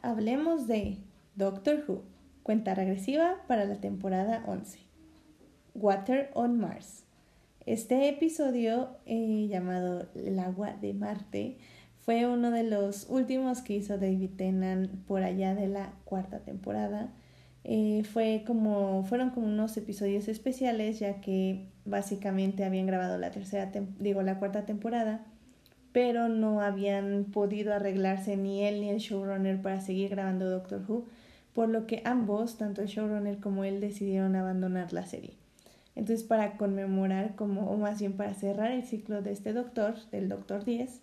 Hablemos de Doctor Who, cuenta regresiva para la temporada 11, Water on Mars. Este episodio, llamado El agua de Marte, fue uno de los últimos que hizo David Tennant por allá de la cuarta temporada. Fueron como unos episodios especiales, ya que básicamente habían grabado la cuarta temporada, pero no habían podido arreglarse ni él ni el showrunner para seguir grabando Doctor Who, por lo que ambos, tanto el showrunner como él, decidieron abandonar la serie. Entonces, para conmemorar, o más bien para cerrar el ciclo de este Doctor, del Doctor 10,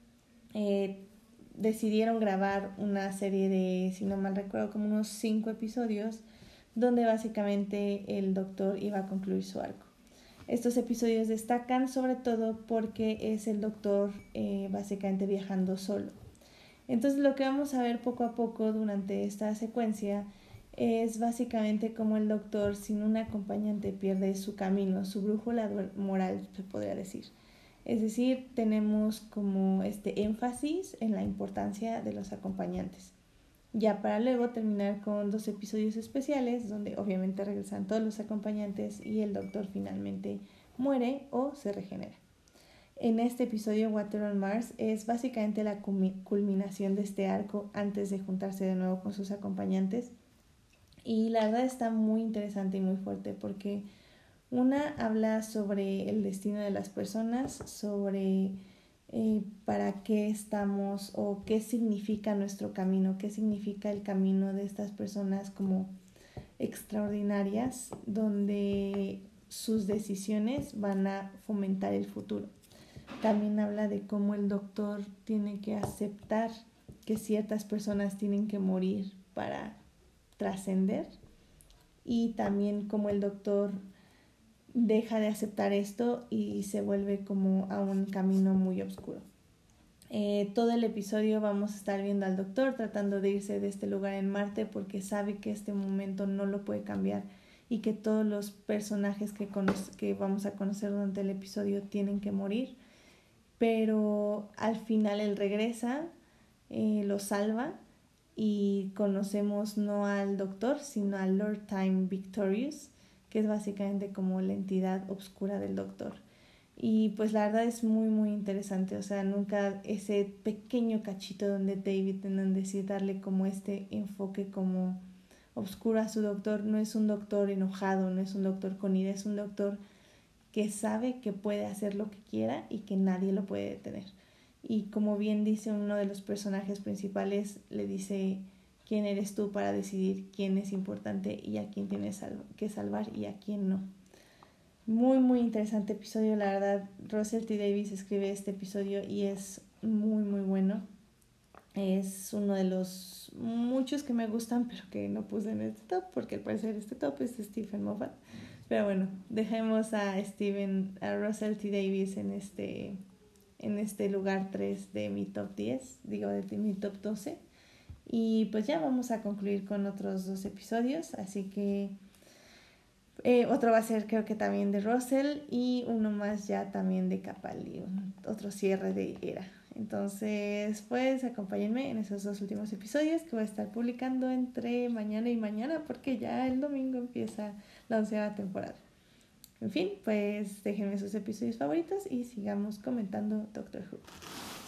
decidieron grabar una serie de, si no mal recuerdo, como unos 5 episodios, donde básicamente el Doctor iba a concluir su arco. Estos episodios destacan sobre todo porque es el Doctor básicamente viajando solo. Entonces lo que vamos a ver poco a poco durante esta secuencia es básicamente cómo el Doctor sin un acompañante pierde su camino, su brújula moral, se podría decir. Es decir, tenemos como este énfasis en la importancia de los acompañantes. Ya para luego terminar con 2 episodios especiales donde obviamente regresan todos los acompañantes y el Doctor finalmente muere o se regenera. En este episodio, Water on Mars es básicamente la culminación de este arco antes de juntarse de nuevo con sus acompañantes. Y la verdad está muy interesante y muy fuerte porque una habla sobre el destino de las personas, sobre para qué estamos o qué significa nuestro camino, qué significa el camino de estas personas como extraordinarias, donde sus decisiones van a fomentar el futuro. También habla de cómo el Doctor tiene que aceptar que ciertas personas tienen que morir para trascender, y también cómo el Doctor deja de aceptar esto y se vuelve como a un camino muy oscuro. Todo el episodio vamos a estar viendo al Doctor tratando de irse de este lugar en Marte porque sabe que este momento no lo puede cambiar y que todos los personajes que vamos a conocer durante el episodio tienen que morir, pero al final él regresa, lo salva y conocemos no al Doctor sino al Lord Time Victorious, que es básicamente como la entidad oscura del Doctor. Y pues la verdad es muy muy interesante, o sea, nunca ese pequeño cachito donde David Tennant decide darle como este enfoque como oscuro a su Doctor. No es un Doctor enojado, no es un Doctor con ira, es un Doctor que sabe que puede hacer lo que quiera y que nadie lo puede detener. Y como bien dice uno de los personajes principales, le dice: ¿quién eres tú para decidir quién es importante y a quién tienes que salvar y a quién no? Muy muy interesante episodio, la verdad. Russell T. Davies escribe este episodio y es muy muy bueno. Es uno de los muchos que me gustan, pero que no puse en este top porque al parecer este top es de Stephen Moffat. Pero bueno, dejemos a Russell T. Davies en este lugar 3 de mi top 10, de mi top 12. Y pues ya vamos a concluir con otros 2 episodios, así que otro va a ser creo que también de Russell y uno más ya también de Capaldi, otro cierre de era. Entonces pues acompáñenme en esos 2 últimos episodios que voy a estar publicando entre mañana y mañana porque ya el domingo empieza la 11ª temporada. En fin, pues déjenme sus episodios favoritos y sigamos comentando Doctor Who.